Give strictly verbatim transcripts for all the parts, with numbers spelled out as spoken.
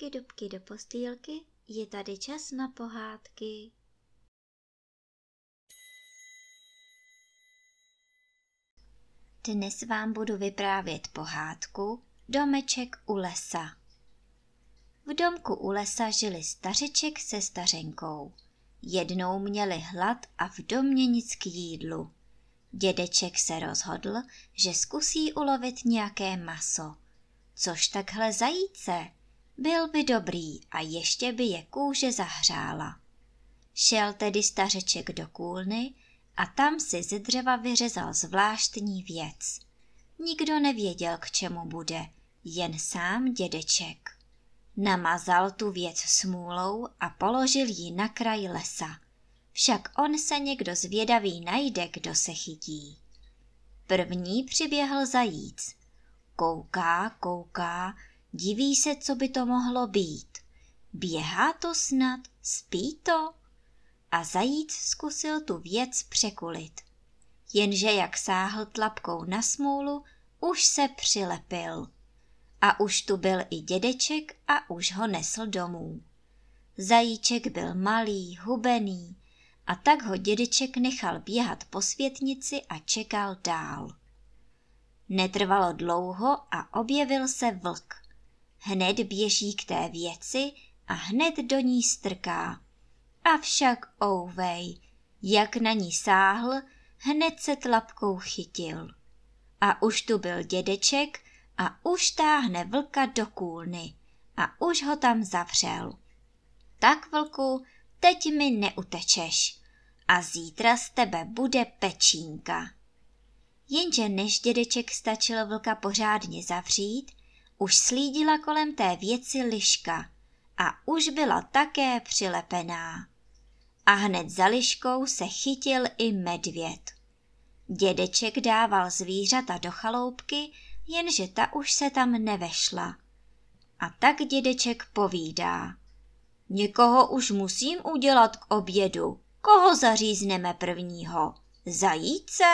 Dubky, dubky do postýlky, je tady čas na pohádky. Dnes vám budu vyprávět pohádku Domeček u lesa. V domku u lesa žili stařeček se stařenkou. Jednou měli hlad a v domě nic k jídlu. Dědeček se rozhodl, že zkusí ulovit nějaké maso. Což takhle zajíce? Byl by dobrý a ještě by je kůže zahřála. Šel tedy stařeček do kůlny a tam si ze dřeva vyřezal zvláštní věc. Nikdo nevěděl, k čemu bude, jen sám dědeček. Namazal tu věc smůlou a položil ji na kraj lesa. Však on se někdo zvědavý najde, kdo se chytí. První přiběhl zajíc. Kouká, kouká, diví se, co by to mohlo být. Běhá to snad, spí to? A zajíc zkusil tu věc překulit. Jenže jak sáhl tlapkou na smůlu, už se přilepil. A už tu byl i dědeček a už ho nesl domů. Zajíček byl malý, hubený, a tak ho dědeček nechal běhat po světnici a čekal dál. Netrvalo dlouho a objevil se vlk. Hned běží k té věci a hned do ní strká. Avšak ouvej, jak na ní sáhl, hned se tlapkou chytil. A už tu byl dědeček a už táhne vlka do kůlny a už ho tam zavřel. Tak, vlku, teď mi neutečeš a zítra z tebe bude pečínka. Jenže než dědeček stačil vlka pořádně zavřít, už slídila kolem té věci liška a už byla také přilepená. A hned za liškou se chytil i medvěd. Dědeček dával zvířata do chaloupky, jenže ta už se tam nevešla. A tak dědeček povídá. Někoho už musím udělat k obědu. Koho zařízneme prvního? Zajíce?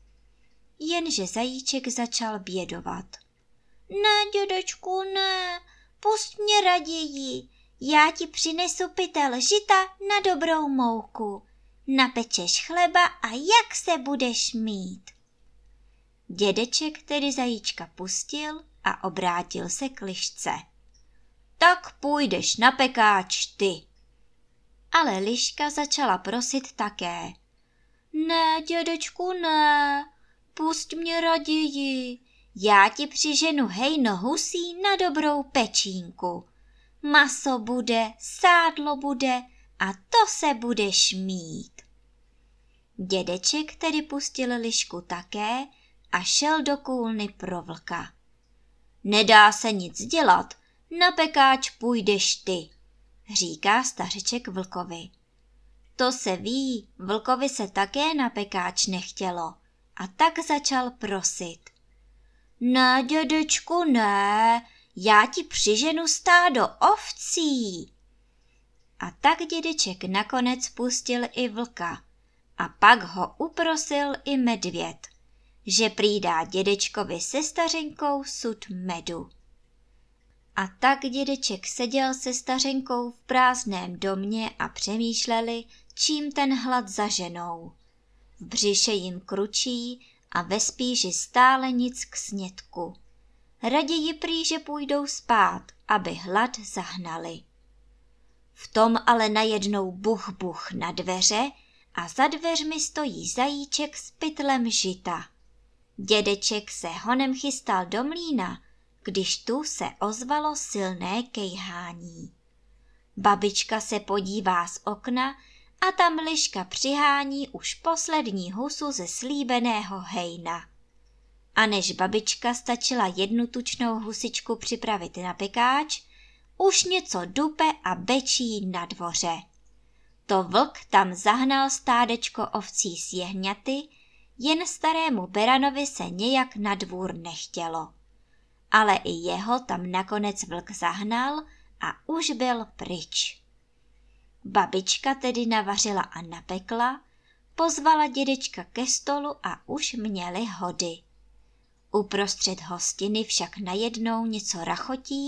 Jenže zajíček začal bědovat. Ne, dědečku, ne, pust mě raději. Já ti přinesu pytel žita na dobrou mouku. Napečeš chleba a jak se budeš mít? Dědeček tedy zajíčka pustil a obrátil se k lišce. Tak půjdeš na pekáč ty. Ale liška začala prosit také. Ne, dědečku, ne, pust mě raději. Já ti přiženu hejno husí na dobrou pečínku. Maso bude, sádlo bude a to se budeš mít. Dědeček tedy pustil lišku také a šel do kůlny pro vlka. Nedá se nic dělat, na pekáč půjdeš ty, říká stařeček vlkovi. To se ví, vlkovi se také na pekáč nechtělo a tak začal prosit. Ne, dědečku, ne, já ti přiženu stádo ovcí. A tak dědeček nakonec pustil i vlka a pak ho uprosil i medvěd, že prý dá dědečkovi se stařenkou sud medu. A tak dědeček seděl se stařenkou v prázdném domě a přemýšleli, čím ten hlad zaženou. V břiše jim kručí a ve spíži stále nic k snědku. Raději prý, že půjdou spát, aby hlad zahnali. V tom ale najednou buch buch na dveře a za dveřmi stojí zajíček s pytlem žita. Dědeček se honem chystal do mlýna, když tu se ozvalo silné kejhání. Babička se podívá z okna a tam liška přihání už poslední husu ze slíbeného hejna. A než babička stačila jednu tučnou husičku připravit na pekáč, už něco dupe a bečí na dvoře. To vlk tam zahnal stádečko ovcí s jehňaty, jen starému beranovi se nějak na dvůr nechtělo. Ale i jeho tam nakonec vlk zahnal a už byl pryč. Babička tedy navařila a napekla, pozvala dědečka ke stolu a už měli hody. Uprostřed hostiny však najednou něco rachotí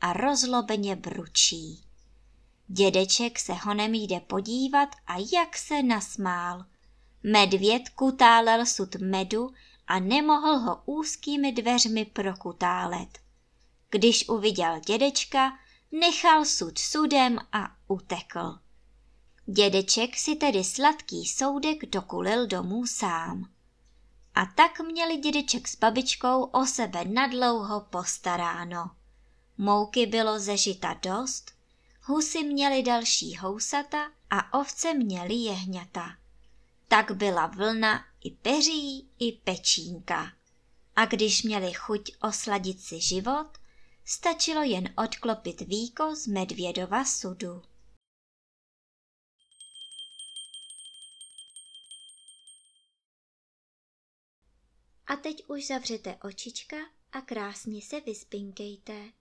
a rozlobeně bručí. Dědeček se honem jde podívat a jak se nasmál. Medvěd kutálel sud medu a nemohl ho úzkými dveřmi prokutálet. Když uviděl dědečka, nechal sud sudem a utekl. Dědeček si tedy sladký soudek dokulil domů sám. A tak měli dědeček s babičkou o sebe nadlouho postaráno. Mouky bylo ze žita dost, husy měly další housata a ovce měly jehňata. Tak byla vlna i peří, i pečínka. A když měli chuť osladit si život, stačilo jen odklopit víko z medvědova sudu. A teď už zavřete očička a krásně se vyspinkejte.